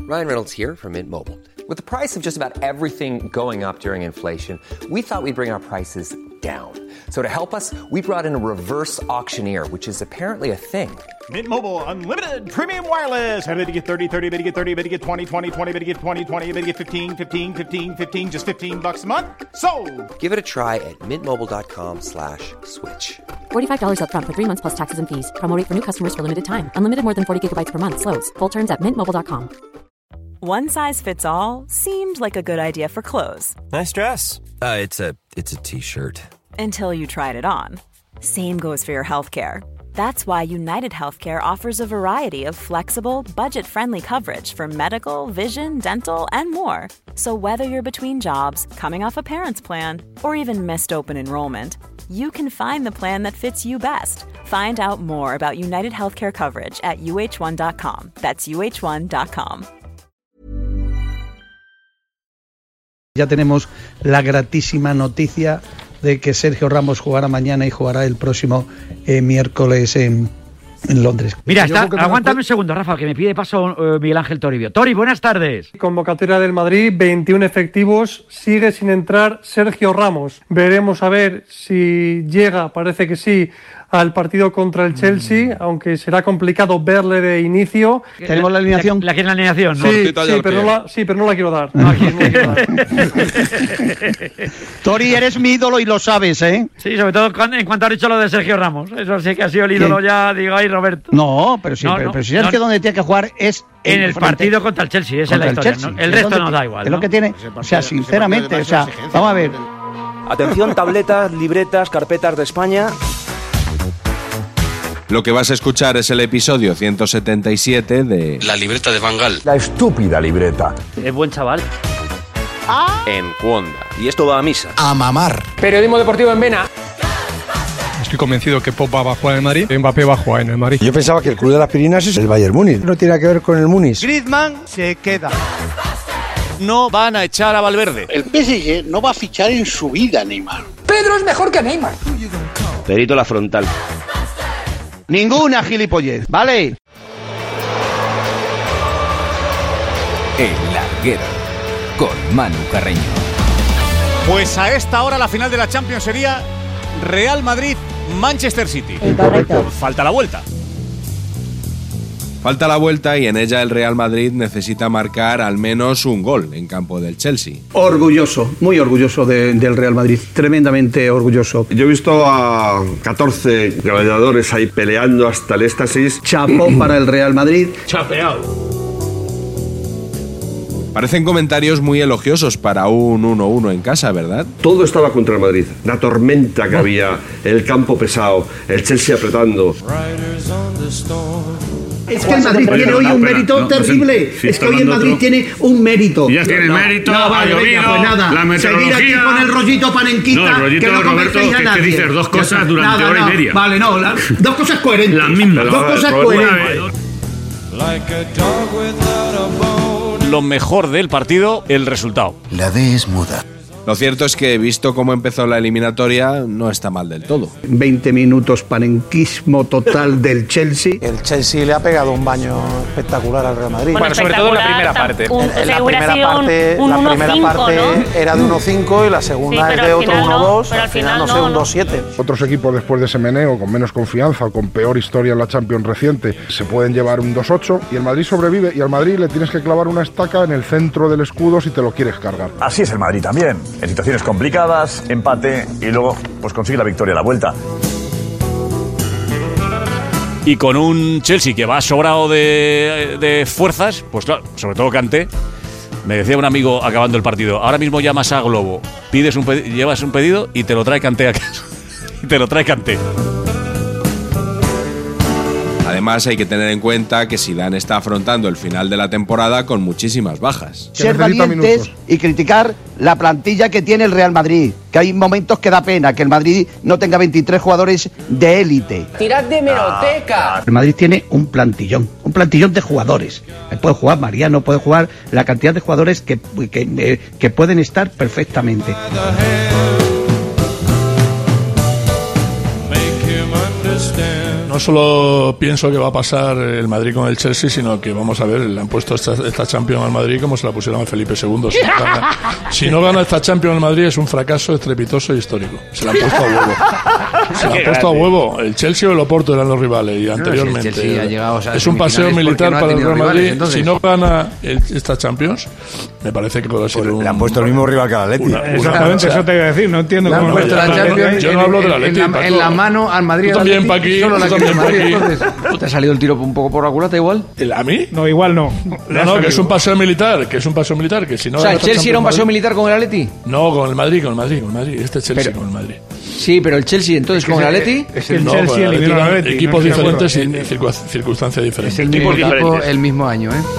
Ryan Reynolds here from Mint Mobile. With the price of just about everything going up during inflation, we thought we'd bring our prices down. So to help us, we brought in a reverse auctioneer, which is apparently a thing. Mint Mobile Unlimited Premium Wireless. How to get 30, 30, how to get 30, how to get 20, 20, 20, how to get 20, 20, how to get 15, 15, 15, 15, just $15 a month? Sold! Give it a try at mintmobile.com/switch. $45 up front for 3 months plus taxes and fees. Promo rate for new customers for limited time. Unlimited more than 40 gigabytes per month. Slows full terms at mintmobile.com. One size fits all seemed like a good idea for clothes. Nice dress. It's a t-shirt. Until you tried it on. Same goes for your healthcare. That's why United Healthcare offers a variety of flexible, budget-friendly coverage for medical, vision, dental, and more. So whether you're between jobs, coming off a parent's plan, or even missed open enrollment, you can find the plan that fits you best. Find out more about United Healthcare coverage at uh1.com. That's uh1.com. Ya tenemos la gratísima noticia de que Sergio Ramos jugará mañana y jugará el próximo miércoles en Londres. Mira, aguántame un segundo, Rafa, que me pide paso Miguel Ángel Toribio. Tori, buenas tardes. Convocatoria del Madrid, 21 efectivos, sigue sin entrar Sergio Ramos. Veremos a ver si llega, parece que sí, al partido contra el Chelsea, aunque será complicado verle de inicio. ¿Tenemos la alineación? ¿La quieres la alineación? ¿No? Sí, pero no la quiero dar. Tori, eres mi ídolo y lo sabes, ¿eh? Sí, sobre todo en cuanto has dicho lo de Sergio Ramos. Eso sí que ha sido el ídolo ya, digo, ahí Roberto. No, pero sí, pero si Sergio donde tiene que jugar es en el partido contra el Chelsea, esa es la historia. ¿No? El resto nos da igual. Es lo que tiene, o sea, sinceramente, o sea, vamos a ver. Atención, tabletas, libretas, carpetas de España. Lo que vas a escuchar es el episodio 177 de La libreta de Van Gaal. La estúpida libreta. Es buen chaval. En Cuonda. Y esto va a misa. A mamar. Periodismo deportivo en Vena. Estoy convencido que Pogba va a jugar en el Madrid, Mbappé va a jugar en el Madrid. Yo pensaba que el club de las Pirinas es el Bayern Múnich. No tiene que ver con el Múnich. Griezmann se queda. No van a echar a Valverde. El PSG no va a fichar en su vida a Neymar. Pedro es mejor que Neymar. Perito la frontal. Ninguna gilipollez, ¿vale? El Larguero, con Manu Carreño. Pues a esta hora la final de la Champions sería Real Madrid-Manchester City. Falta la vuelta. Falta la vuelta y en ella el Real Madrid necesita marcar al menos un gol en campo del Chelsea. Orgulloso, muy orgulloso del Real Madrid, tremendamente orgulloso. Yo he visto a 14 gladiadores ahí peleando hasta el éxtasis. Chapó para el Real Madrid. Chapeado. Parecen comentarios muy elogiosos para un 1-1 en casa, ¿verdad? Todo estaba contra el Madrid. La tormenta que había, el campo pesado, el Chelsea apretando. Es que el Madrid tiene hoy un mérito terrible. Es que hoy el Madrid tiene un mérito. Ya tiene mérito, ha llovido, pues nada. la meteorología. Seguir aquí con el rollito panenquita. No, el rollito, que no Roberto, que dices dos cosas durante hora y media. Vale, no, dos cosas coherentes. Las mismas. Dos cosas coherentes. Lo mejor del partido, el resultado. La D es muda. Lo cierto es que, visto cómo empezó la eliminatoria, no está mal del todo. 20 minutos panenquismo total del Chelsea. El Chelsea le ha pegado un baño espectacular al Real Madrid. Bueno, sobre todo en la primera parte. La primera parte ¿no? Era de 1-5 y la segunda es de otro 1-2. Pero al final no sé, un 2-7. Otros equipos después de ese meneo, con menos confianza o con peor historia en la Champions reciente, se pueden llevar un 2-8 y el Madrid sobrevive y al Madrid le tienes que clavar una estaca en el centro del escudo si te lo quieres cargar. Así es el Madrid también. En situaciones complicadas, empate y luego pues consigue la victoria a la vuelta. Y con un Chelsea que va sobrado de fuerzas, pues claro, sobre todo Kanté. Me decía un amigo acabando el partido, ahora mismo llamas a Globo, llevas un pedido y te lo trae Kanté a casa. Y te lo trae Kanté. Además, hay que tener en cuenta que Zidane está afrontando el final de la temporada con muchísimas bajas. Ser valientes y criticar la plantilla que tiene el Real Madrid, que hay momentos que da pena que el Madrid no tenga 23 jugadores de élite. ¡Tirad de hemeroteca! El Madrid tiene un plantillón de jugadores. Puede jugar Mariano, puede jugar la cantidad de jugadores que pueden estar perfectamente. no solo pienso que va a pasar el Madrid con el Chelsea, sino que vamos a ver, le han puesto esta Champions al Madrid como se la pusieron a Felipe II. Si no gana esta Champions al Madrid es un fracaso estrepitoso e histórico. Se la han puesto a huevo. Se la han puesto a huevo. El Chelsea o el Oporto eran los rivales y anteriormente. Si llegado, es un paseo militar para el Real Madrid. Rivales, si no gana esta Champions, me parece que podrá ser un... Le han puesto el mismo rival que al Atleti. Exactamente, eso te iba a decir. No entiendo cómo puesto la Champions. Yo no hablo del Atleti. En la mano al Madrid. Tú también, Paqui. Solo la que Madrid. Entonces, ¿te ha salido el tiro un poco por la culata igual? ¿A mí? No, igual no. No, que es un paseo militar. Que si no... O sea, ¿el Chelsea era un paseo militar con el Atleti? No, con el Madrid. Este Chelsea con el Madrid. Sí, pero el Chelsea entonces con el Atleti. Es que el Chelsea eliminó al Atleti. Equipos diferentes y circunstancias diferentes. Es el mismo año, ¿eh?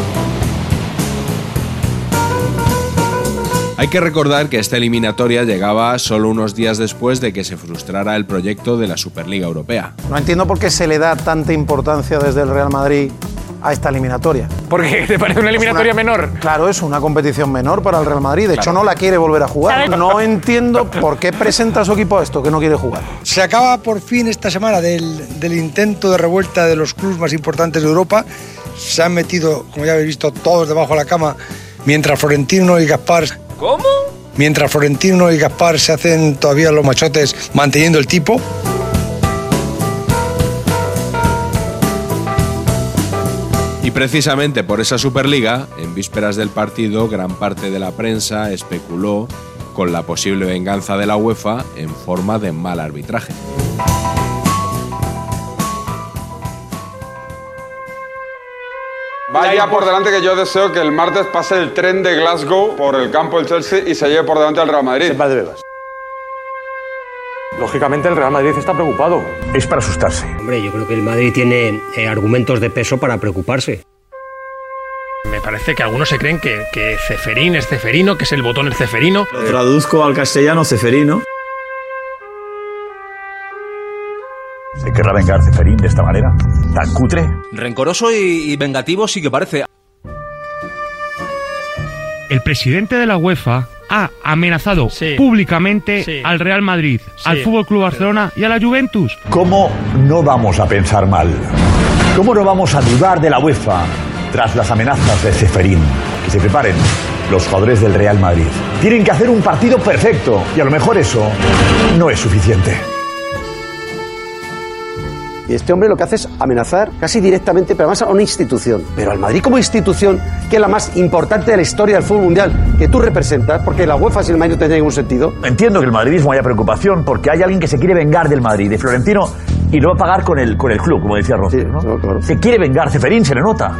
Hay que recordar que esta eliminatoria llegaba solo unos días después de que se frustrara el proyecto de la Superliga Europea. No entiendo por qué se le da tanta importancia desde el Real Madrid a esta eliminatoria. ¿Por qué? ¿Te parece una eliminatoria menor? Claro, es una competición menor para el Real Madrid. De hecho, no la quiere volver a jugar. ¿Sabes? No entiendo por qué presenta a su equipo a esto, que no quiere jugar. Se acaba por fin esta semana del intento de revuelta de los clubes más importantes de Europa. Se han metido, como ya habéis visto, todos debajo de la cama, mientras Florentino y Gaspar... ¿Cómo? Mientras Florentino y Gaspar se hacen todavía los machotes manteniendo el tipo. Y precisamente por esa Superliga, en vísperas del partido, gran parte de la prensa especuló con la posible venganza de la UEFA en forma de mal arbitraje. Vaya por delante que yo deseo que el martes pase el tren de Glasgow por el campo del Chelsea y se lleve por delante al Real Madrid. Lógicamente el Real Madrid está preocupado. Es para asustarse. Hombre, yo creo que el Madrid tiene argumentos de peso para preocuparse. Me parece que algunos se creen que Ceferín es Ceferino, que es el botón el Ceferino. Lo traduzco al castellano, Ceferino. ¿Se querrá vengar Ceferín de esta manera? ¿Tan cutre? Rencoroso y vengativo sí que parece. El presidente de la UEFA ha amenazado públicamente al Real Madrid, al Fútbol Club Barcelona y a la Juventus. ¿Cómo no vamos a pensar mal? ¿Cómo no vamos a dudar de la UEFA tras las amenazas de Ceferín? Que se preparen los jugadores del Real Madrid. Tienen que hacer un partido perfecto y a lo mejor eso no es suficiente. Y este hombre lo que hace es amenazar casi directamente, pero además a una institución. Pero al Madrid como institución, que es la más importante de la historia del fútbol mundial, que tú representas, porque la UEFA sin el Madrid no tiene ningún sentido. Entiendo que el madridismo haya preocupación porque hay alguien que se quiere vengar del Madrid, de Florentino, y lo va a pagar con el club, como decía Rocío, ¿no? Claro. Se quiere vengar, Ceferín, se le nota.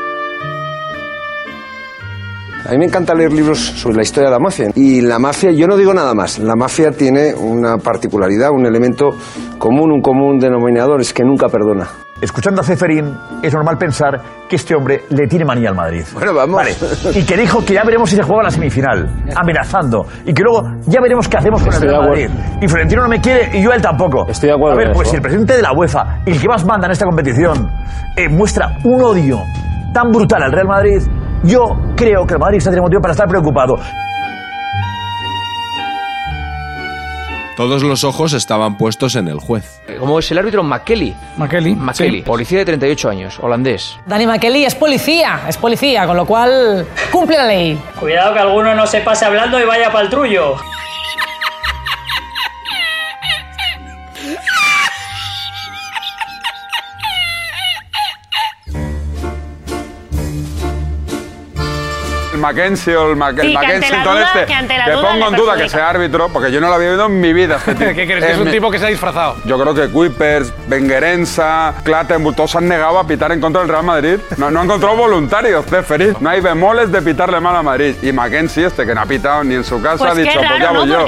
A mí me encanta leer libros sobre la historia de la mafia. Y la mafia, yo no digo nada más, la mafia tiene una particularidad, un elemento común, un común denominador, es que nunca perdona. Escuchando a Ceferín, es normal pensar que este hombre le tiene manía al Madrid. Bueno, vamos. Vale. Y que dijo que ya veremos si se juega la semifinal, amenazando. Y que luego ya veremos qué hacemos con el Real Madrid. Y Florentino no me quiere y yo a él tampoco. Estoy de acuerdo. A ver, pues si el presidente de la UEFA, el que más manda en esta competición, muestra un odio tan brutal al Real Madrid, yo creo que el Madrid tiene motivo para estar preocupado. Todos los ojos estaban puestos en el juez. ¿Cómo es el árbitro? McKelly. McKelly, sí. Policía de 38 años, holandés. Danny McKelly es policía, con lo cual cumple la ley. Cuidado que alguno no se pase hablando y vaya pa'l trullo. Mackenzie o el Mackenzie, que pongo en duda que sea árbitro, porque yo no lo había visto en mi vida. ¿Qué crees? ¿Que es un tipo que se ha disfrazado? Yo creo que Kuipers, Wengerensa, Clattenburg, todos se han negado a pitar en contra del Real Madrid. No han encontrado voluntarios, Ceferín. No hay bemoles de pitarle mal a Madrid. Y Mackenzie, que no ha pitado ni en su casa, pues ha dicho, pues ya voy yo.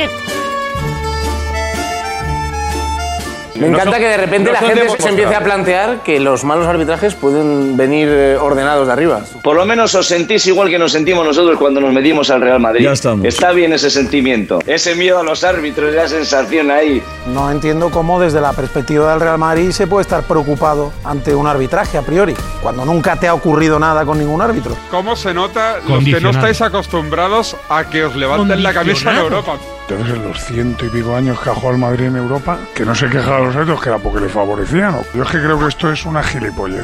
Me encanta que de repente la gente se empiece a plantear que los malos arbitrajes pueden venir ordenados de arriba. Por lo menos os sentís igual que nos sentimos nosotros cuando nos metimos al Real Madrid. Ya estamos. Está bien ese sentimiento, ese miedo a los árbitros, esa sensación ahí. No entiendo cómo desde la perspectiva del Real Madrid se puede estar preocupado ante un arbitraje a priori, cuando nunca te ha ocurrido nada con ningún árbitro. ¿Cómo se nota los que no estáis acostumbrados a que os levanten la camisa en Europa? Entonces, en los 100 y pico años que ha jugado el Madrid en Europa, que no se quejaba de los árbitros, que era porque le favorecían. Yo es que creo que esto es una gilipollez.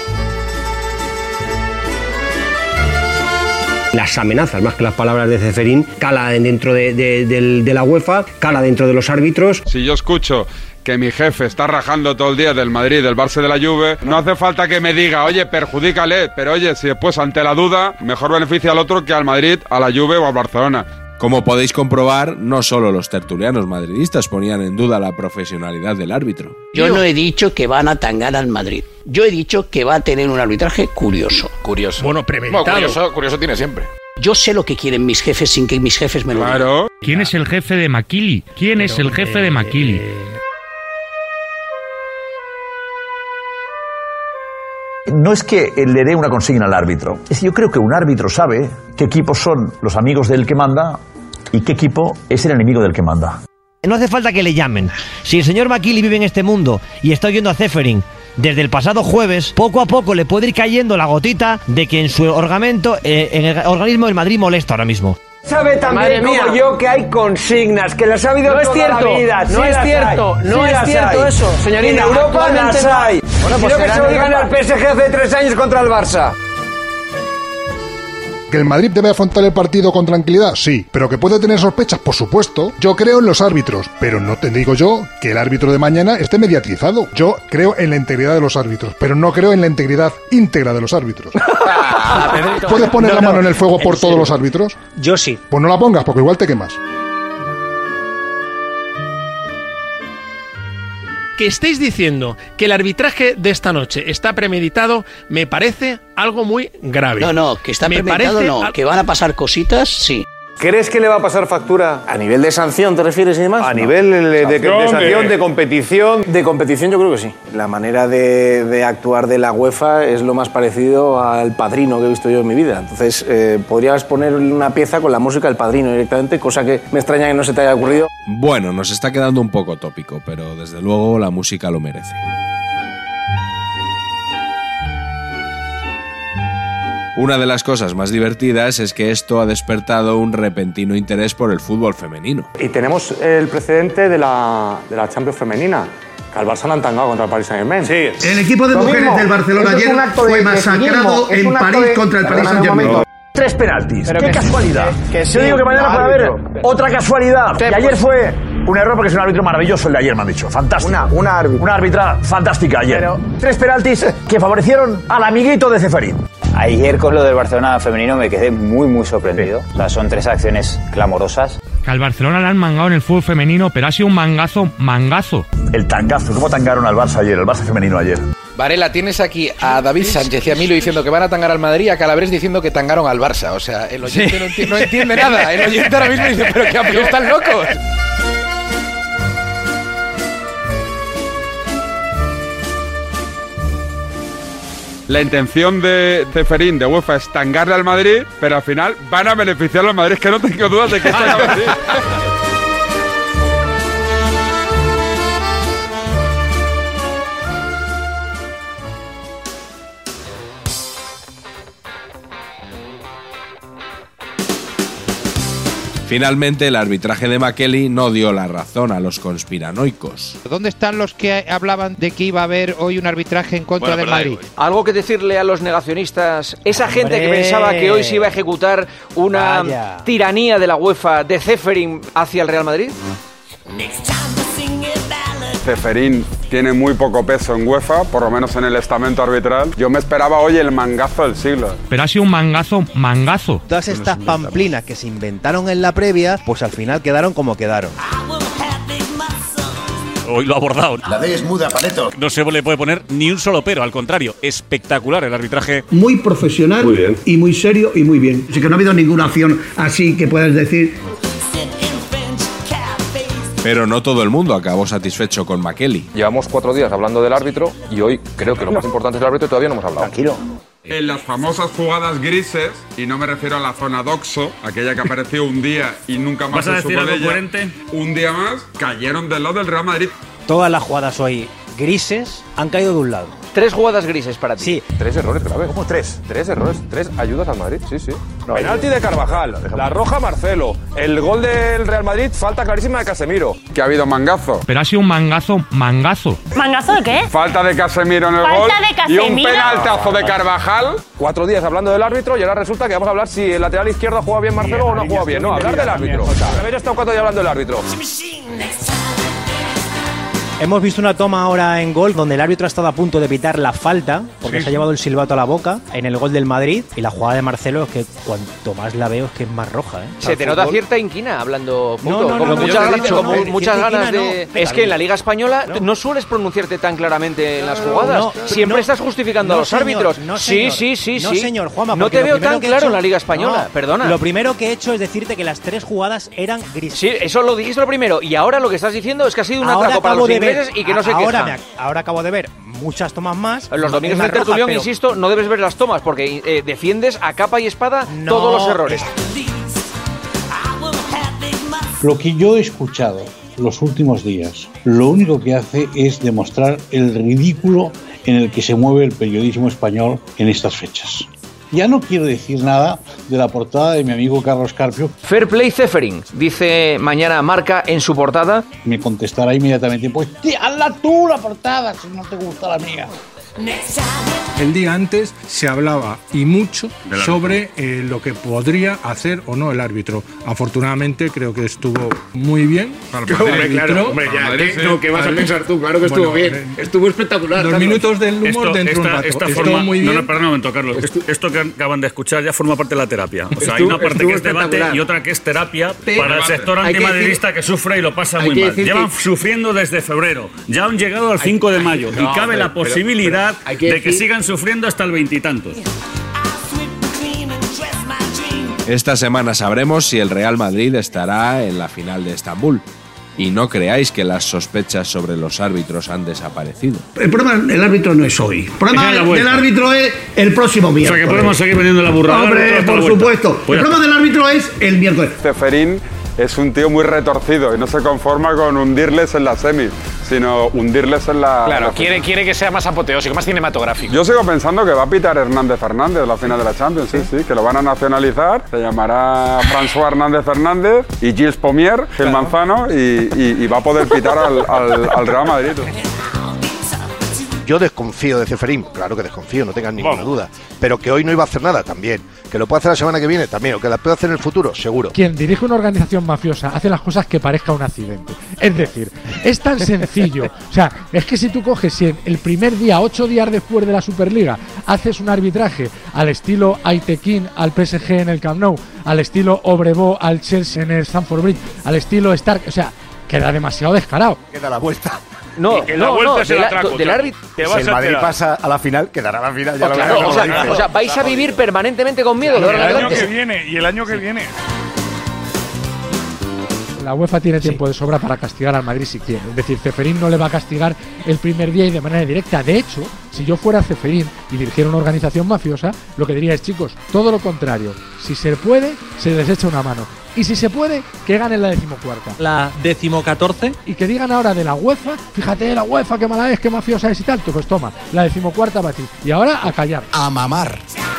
Las amenazas, más que las palabras de Ceferín, cala dentro de la UEFA, cala dentro de los árbitros. Si yo escucho que mi jefe está rajando todo el día del Madrid, del Barça, de la Juve, no hace falta que me diga, oye, perjudícale, pero oye, si después ante la duda, mejor beneficia al otro que al Madrid, a la Juve o al Barcelona. Como podéis comprobar, no solo los tertulianos madridistas ponían en duda la profesionalidad del árbitro. Yo no he dicho que van a tangar al Madrid. Yo he dicho que va a tener un arbitraje curioso. Curioso. Bueno, premeditado. Bueno, curioso tiene siempre. Yo sé lo que quieren mis jefes sin que mis jefes me lo digan. Claro. ¿Quién es el jefe de Makili? ¿Quién es el jefe de Makili? No es que le dé una consigna al árbitro. Es que yo creo que un árbitro sabe qué equipos son los amigos del que manda y qué equipo es el enemigo del que manda. No hace falta que le llamen. Si el señor Makili vive en este mundo y está oyendo a Ceferín desde el pasado jueves, poco a poco le puede ir cayendo la gotita de que en su organismo del Madrid molesta ahora mismo. Sabe también como yo que hay consignas, que las ha habido toda la vida. No es cierto, no es cierto eso, señorita. En Europa las hay. Bueno, pues quiero que se lo digan al PSG hace 3 años contra el Barça. ¿Que el Madrid debe afrontar el partido con tranquilidad? Sí. ¿Pero que puede tener sospechas? Por supuesto. Yo creo en los árbitros, pero no te digo yo que el árbitro de mañana esté mediatizado. Yo creo en la integridad de los árbitros, pero no creo en la integridad íntegra de los árbitros. ¿Puedes poner la mano en el fuego por todos los árbitros? Yo sí. Pues no la pongas, porque igual te quemas. Que estéis diciendo que el arbitraje de esta noche está premeditado me parece algo muy grave. No, que está premeditado no, que van a pasar cositas, sí. ¿Crees que le va a pasar factura? ¿A nivel de sanción te refieres y demás? A nivel de sanción, de competición. De competición yo creo que sí. La manera de actuar de la UEFA es lo más parecido al Padrino que he visto yo en mi vida. Entonces, podrías poner una pieza con la música del Padrino directamente, cosa que me extraña que no se te haya ocurrido. Bueno, nos está quedando un poco tópico, pero desde luego la música lo merece. Una de las cosas más divertidas es que esto ha despertado un repentino interés por el fútbol femenino. Y tenemos el precedente de la Champions femenina, que al Barça lo han tangado contra el Paris Saint-Germain. Sí. El equipo de mujeres del Barcelona ayer fue masacrado en París contra el Paris Saint-Germain. 3 penaltis. Pero ¡Qué casualidad! Yo digo que mañana puede haber otra casualidad. Y ayer fue un error porque es un árbitro maravilloso el de ayer, me han dicho. Fantástico. Una árbitra fantástica ayer. Pero 3 penaltis que favorecieron al amiguito de Ceferín. Ayer con lo del Barcelona femenino me quedé muy sorprendido. O sea, son 3 acciones clamorosas. Que al Barcelona le han mangado en el fútbol femenino, pero ha sido un mangazo. El tangazo. ¿Cómo tangaron al Barça ayer, el Barça femenino ayer? Varela, tienes aquí a David Sánchez y a Milo diciendo que van a tangar al Madrid y a Calabres diciendo que tangaron al Barça. O sea, el oyente no entiende nada. El oyente ahora mismo dice, pero ¿qué están locos? La intención de Ceferín, de UEFA, es tangarle al Madrid, pero al final van a beneficiar al Madrid, que no tengo dudas de que esto es así. Finalmente, el arbitraje de Makeli no dio la razón a los conspiranoicos. ¿Dónde están los que hablaban de que iba a haber hoy un arbitraje en contra del Madrid? ¿Algo que decirle a los negacionistas? Esa gente que pensaba que hoy se iba a ejecutar una tiranía de la UEFA de Ceferín hacia el Real Madrid. Ceferín tiene muy poco peso en UEFA, por lo menos en el estamento arbitral. Yo me esperaba hoy el mangazo del siglo. Pero ha sido un mangazo. Todas estas pamplinas que se inventaron en la previa, pues al final quedaron como quedaron. Hoy lo ha abordado. La D es muda, Paleto. No se le puede poner ni un solo pero, al contrario, espectacular el arbitraje. Muy profesional, muy bien. Y muy serio y muy bien. Así que no ha habido ninguna acción así que puedas decir. Pero no todo el mundo acabó satisfecho con Makeli. Llevamos 4 días hablando del árbitro y hoy creo que lo más importante es el árbitro y todavía no hemos hablado. Tranquilo. En las famosas jugadas grises, y no me refiero a la zona doxo, aquella que apareció un día y nunca más se supo de ella, un día más cayeron del lado del Real Madrid. Todas las jugadas hoy grises han caído de un lado. 3 jugadas grises para ti. Sí. 3 errores graves. ¿Cómo 3? 3 errores, 3 ayudas al Madrid, sí. Penalti de Carvajal, la roja Marcelo, el gol del Real Madrid, falta clarísima de Casemiro. Que ha habido mangazo. Pero ha sido un mangazo. ¿Mangazo de qué? Falta de Casemiro en el gol. Y un penaltazo de Carvajal. 4 días hablando del árbitro y ahora resulta que vamos a hablar si el lateral izquierdo juega bien Marcelo o no juega bien. No, hablar del árbitro. Haber estado 4 días hablando del árbitro. Hemos visto una toma ahora en gol donde el árbitro ha estado a punto de pitar la falta porque se ha llevado el silbato a la boca en el gol del Madrid, y la jugada de Marcelo es que cuanto más la veo es que es más roja. Se te nota cierta inquina hablando No, muchas ganas de... Es que en la Liga Española no sueles pronunciarte tan claramente en las jugadas. Siempre estás justificando a los árbitros. Sí. No, señor, Juanma, no te veo tan claro en la Liga Española, perdona. Lo primero que he hecho es decirte que las 3 jugadas eran grises. Sí, eso lo dijiste lo primero. Y ahora lo que estás diciendo es que ha sido un atraco para los ingleses y que no se quejan. Ahora acabo de ver muchas tomas más. Los domingos del tertulión, insisto, no debes ver las tomas porque defiendes a capa y espada todos los errores. Lo que yo he escuchado los últimos días, lo único que hace es demostrar el ridículo en el que se mueve el periodismo español en estas fechas. Ya no quiero decir nada de la portada de mi amigo Carlos Carpio. Fair play Ceferin, dice mañana Marca en su portada. Me contestará inmediatamente, pues hazla tú la portada si no te gusta la mía. El día antes se hablaba y mucho sobre lo que podría hacer o no el árbitro. Afortunadamente creo que estuvo muy bien. ¿Qué vas a pensar tú? Claro que estuvo bien. Estuvo espectacular. Los minutos del humor dentro de un rato. Estuvo muy bien. Perdón un momento, Carlos. Esto que acaban de escuchar ya forma parte de la terapia. O sea, hay una parte que es debate y otra que es terapia para el sector antimadridista que sufre y lo pasa muy mal. Llevan sufriendo desde febrero. Ya han llegado al 5 de mayo y cabe la posibilidad de que sigan sufriendo hasta el 20 y tantos. Esta semana sabremos si el Real Madrid estará en la final de Estambul. Y no creáis que las sospechas sobre los árbitros han desaparecido. El problema del árbitro no es hoy. El problema del árbitro es el próximo miércoles. O sea, que podemos seguir vendiendo la burrada. Hombre, por supuesto. El problema del árbitro es el miércoles. Ceferín es un tío muy retorcido y no se conforma con hundirles en la semi, sino hundirles en la... Claro, quiere que sea más apoteósico, más cinematográfico. Yo sigo pensando que va a pitar Hernández Fernández la final de la Champions, sí, que lo van a nacionalizar, se llamará François Hernández Fernández y Gilles Pomier, Gil Manzano, y va a poder pitar al Real Madrid. Yo desconfío de Ceferín, claro que desconfío, no tengan ninguna duda. Pero que hoy no iba a hacer nada, también. Que lo puede hacer la semana que viene, también. O que la puede hacer en el futuro, seguro. Quien dirige una organización mafiosa hace las cosas que parezca un accidente. Es decir, es tan sencillo. O sea, es que si tú coges, si el primer día, 8 días después de la Superliga, haces un arbitraje al estilo Aitekin al PSG en el Camp Nou, al estilo Obrevó al Chelsea en el Stamford Bridge, al estilo Stark, o sea, queda demasiado descarado. Queda la vuelta. La vuelta es el atraco. Del árbitro. Si el Madrid pasa a la final, quedará la final. Ya o sea, vais a vivir permanentemente con miedo. Y el año que viene. La UEFA tiene tiempo de sobra para castigar al Madrid si quiere. Es decir, Ceferín no le va a castigar el primer día y de manera directa. De hecho, si yo fuera Ceferín y dirigiera una organización mafiosa, lo que diría es, chicos, todo lo contrario. Si se puede, se les echa una mano. Y si se puede, que ganen la 14ª. La 14ª. Y que digan ahora de la UEFA, fíjate, la UEFA, qué mala es, qué mafiosa es y tal. Pues toma, la 14ª para ti. Y ahora a callar. A mamar.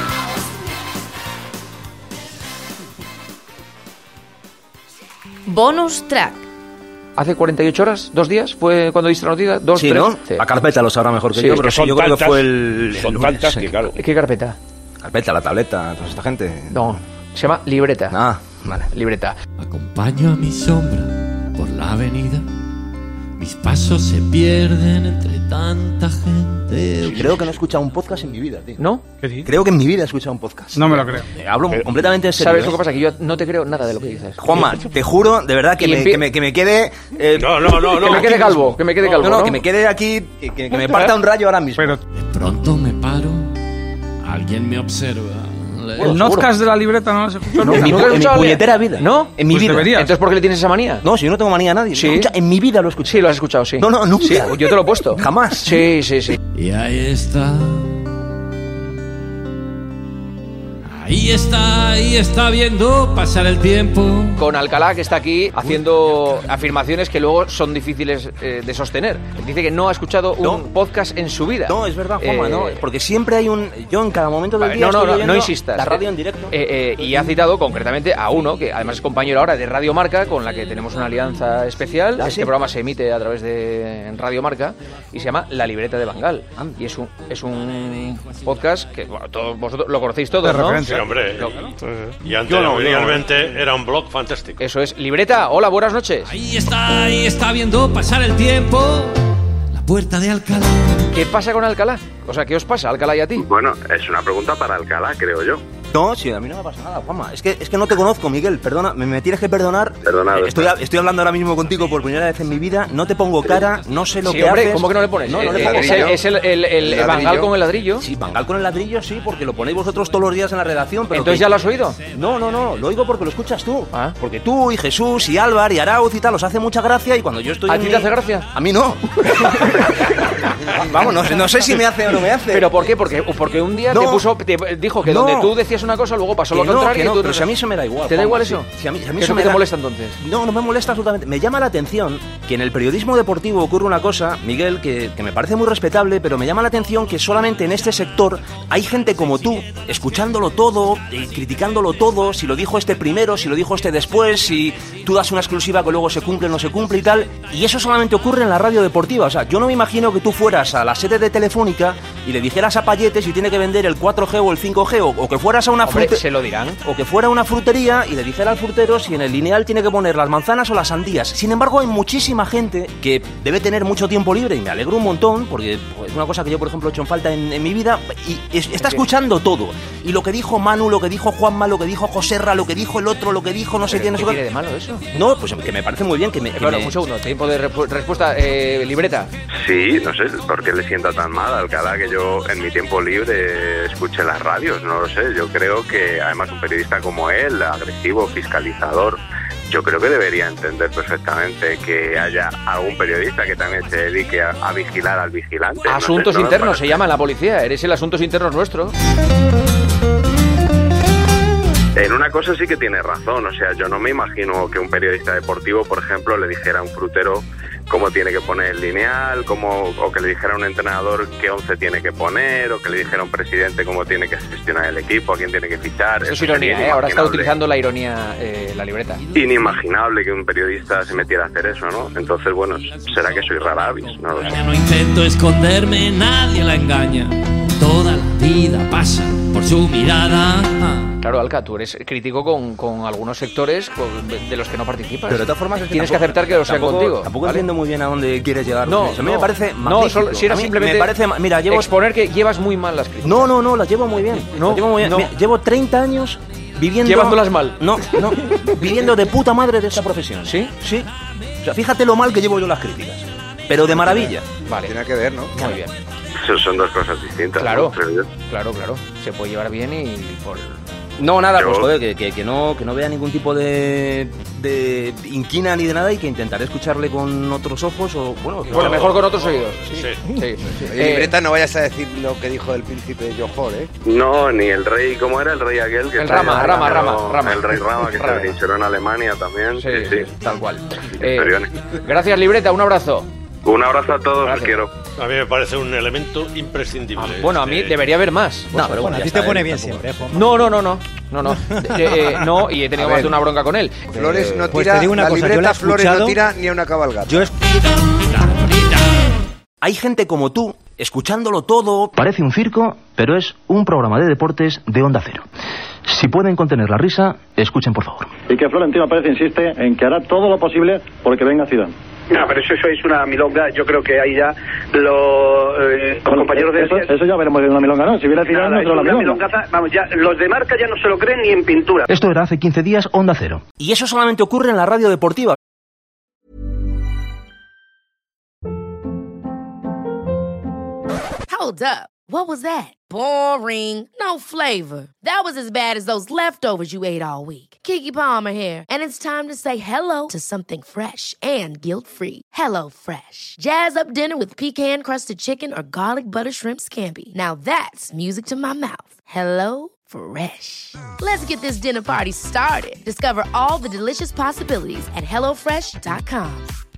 Bonus track. Hace 48 horas, 2 días, fue cuando diste la noticia, 2, sí, 3. ¿no? Sí. La carpeta lo sabrá mejor que yo, pero sí, yo creo que fue el... Son tantas que, claro. ¿Qué carpeta? Carpeta, la tableta, toda esta gente. No, se llama libreta. Ah, vale. Libreta. Acompaño a mi sombra por la avenida. Mis pasos se pierden entre tanta gente. Creo que no he escuchado un podcast en mi vida, tío. ¿No? ¿Qué sí? Creo que en mi vida he escuchado un podcast. No me lo creo. Hablo completamente en serio. ¿Sabes lo que pasa? Que yo no te creo nada de lo que dices. Juanma, te juro, de verdad, que me quede... No. Que me quede calvo, que me quede calvo. No, que me quede aquí, que me parta un rayo ahora mismo. Pero... De pronto me paro, alguien me observa. El notcast de la libreta no lo has escuchado. En mi puñetera vida. ¿No? En mi vida. Deberías. Entonces, ¿por qué le tienes esa manía? No, si yo no tengo manía a nadie. Sí. En mi vida lo he escuchado. Sí, lo has escuchado, sí. No, nunca. Sí, yo te lo he puesto. Jamás. Sí. Y ahí está Ahí está viendo pasar el tiempo. Con Alcalá, que está aquí haciendo afirmaciones que luego son difíciles de sostener. Dice que no ha escuchado un podcast en su vida. No, es verdad, Juanma, no, porque siempre hay un... Yo en cada momento del día no insistas. La radio en directo. Y ha citado concretamente a uno, que además es compañero ahora de Radio Marca, con la que tenemos una alianza especial. ¿Ah, este sí? programa se emite a través de Radio Marca y se llama La Libreta de Bangal. Y es un podcast que bueno, todos vosotros lo conocéis todos, ¿no? Sí, hombre. Y anteriormente era un blog fantástico. Eso es. Libreta, hola, buenas noches. Ahí está viendo pasar el tiempo. La puerta de Alcalá. ¿Qué pasa con Alcalá? O sea, ¿qué os pasa, Alcalá y a ti? Bueno, es una pregunta para Alcalá, creo yo. No, sí, a mí no me pasa nada, Juanma. Es que no te conozco, Miguel. Perdona, me tienes que perdonar. Perdonado. Estoy hablando ahora mismo contigo por primera vez en mi vida. No te pongo cara, no sé lo que hombre, haces. ¿cómo que no le pones? No le pongo. Es el Bangal con el ladrillo. Sí, Bangal con el ladrillo, sí, porque lo ponéis vosotros todos los días en la redacción. Pero ¿entonces ya lo has oído? No, lo oigo porque lo escuchas tú. Porque tú y Jesús y Álvaro y Arauz y tal, os hace mucha gracia y cuando yo estoy ¿A ti te hace gracia? A mí no. Vamos, no sé si me hace o no me hace. ¿Pero por qué? Porque un día te dijo que donde tú decías una cosa, luego pasó lo contrario. No, pero si a mí eso me da igual. ¿Te da igual eso? Si a mí ¿Qué te molesta entonces? No me molesta absolutamente. Me llama la atención que en el periodismo deportivo ocurre una cosa, Miguel, que me parece muy respetable, pero me llama la atención que solamente en este sector hay gente como tú, escuchándolo todo, criticándolo todo, si lo dijo este primero, si lo dijo este después, si tú das una exclusiva que luego se cumple o no se cumple y tal, y eso solamente ocurre en la radio deportiva. O sea, yo no me imagino que tú fueras a la sede de Telefónica y le dijeras a Payete si tiene que vender el 4G o el 5G, o que fueras a una frutería. Se lo dirán. O que fuera a una frutería y le dijera al frutero si en el lineal tiene que poner las manzanas o las sandías. Sin embargo, hay muchísima gente que debe tener mucho tiempo libre y me alegro un montón, porque es una cosa que yo, por ejemplo, he hecho en falta en mi vida, y está escuchando todo. Y lo que dijo Manu, lo que dijo Juanma, lo que dijo Joserra, lo que dijo el otro, lo que dijo no sé quién. ¿Qué tiene de malo eso? No, pues que me parece muy bien que me... Bueno, un segundo, tiempo de respuesta, Libreta. Sí, no sé por qué le sienta tan mal a Alcalá que yo en mi tiempo libre escuche las radios, no lo sé. Yo creo que además un periodista como él, agresivo, fiscalizador, yo creo que debería entender perfectamente que haya algún periodista que también se dedique a vigilar al vigilante. Asuntos internos se llama en la policía, eres el asuntos internos nuestro. En una cosa sí que tiene razón, o sea, yo no me imagino que un periodista deportivo, por ejemplo, le dijera a un frutero cómo tiene que poner el lineal, o que le dijera a un entrenador qué 11 tiene que poner, o que le dijera a un presidente cómo tiene que gestionar el equipo, a quién tiene que fichar. Eso es ironía, ahora está utilizando la ironía la Libreta. Inimaginable que un periodista se metiera a hacer eso, ¿no? Entonces, bueno, será que soy rara avis, no lo sé. Ya no intento esconderme, nadie la engaña. Toda la vida pasa por su mirada. Claro, Alca, tú eres crítico con algunos sectores de los que no participas. Pero de todas formas tienes que aceptar que lo sean contigo. Tampoco entiendo muy bien a dónde quieres llegar. No, a mí me parece magnífico. No, si era simplemente me parece, mira, exponer que llevas muy mal las críticas. No, las llevo muy bien. Mira, llevo 30 años viviendo... Llevándolas mal. No, viviendo de puta madre de esta profesión. ¿Sí? Sí. O sea, fíjate lo mal que llevo yo las críticas. Pero de maravilla. Vale. Tiene que ver, ¿no? Muy bien. Son dos cosas distintas. Claro, ¿no? claro. Se puede llevar bien y por... No, nada, pues joder, que no vea ningún tipo de inquina ni de nada y que intentaré escucharle con otros ojos o, bueno mejor con otros oídos. Sí. Libreta, no vayas a decir lo que dijo el príncipe Johor, ¿eh? No, ni el rey, ¿cómo era el rey aquel? Que el Rama. El rey Rama, que se trincheró en Alemania también. Sí, tal cual. Gracias, Libreta, un abrazo. Un abrazo a todos, os quiero. A mí me parece un elemento imprescindible. Bueno, a mí debería haber más. No, pero bueno, a ti te pone bien siempre, ¿eh? No, y he tenido más de una bronca con él. Flores no pues tira, te digo una la cosa, Libreta yo Flores no tira ni a una cabalgata. Hay gente como tú, escuchándolo todo. Parece un circo, pero es un programa de deportes de Onda Cero. Si pueden contener la risa, escuchen por favor. Y que Florentino Pérez insiste en que hará todo lo posible porque venga Zidane. No, pero eso es una milonga. Yo creo que ahí ya los compañeros de... Eso ya veremos de una milonga, ¿no? Si viene Zidane, no será la milonga. Vamos, ya, los de Marca ya no se lo creen ni en pintura. Esto era hace 15 días, Onda Cero. Y eso solamente ocurre en la radio deportiva. Hold up. What was that? Boring. No flavor. That was as bad as those leftovers you ate all week. Keke Palmer here, and it's time to say hello to something fresh and guilt-free. Hello Fresh. Jazz up dinner with pecan-crusted chicken or garlic butter shrimp scampi. Now that's music to my mouth. Hello Fresh. Let's get this dinner party started. Discover all the delicious possibilities at HelloFresh.com.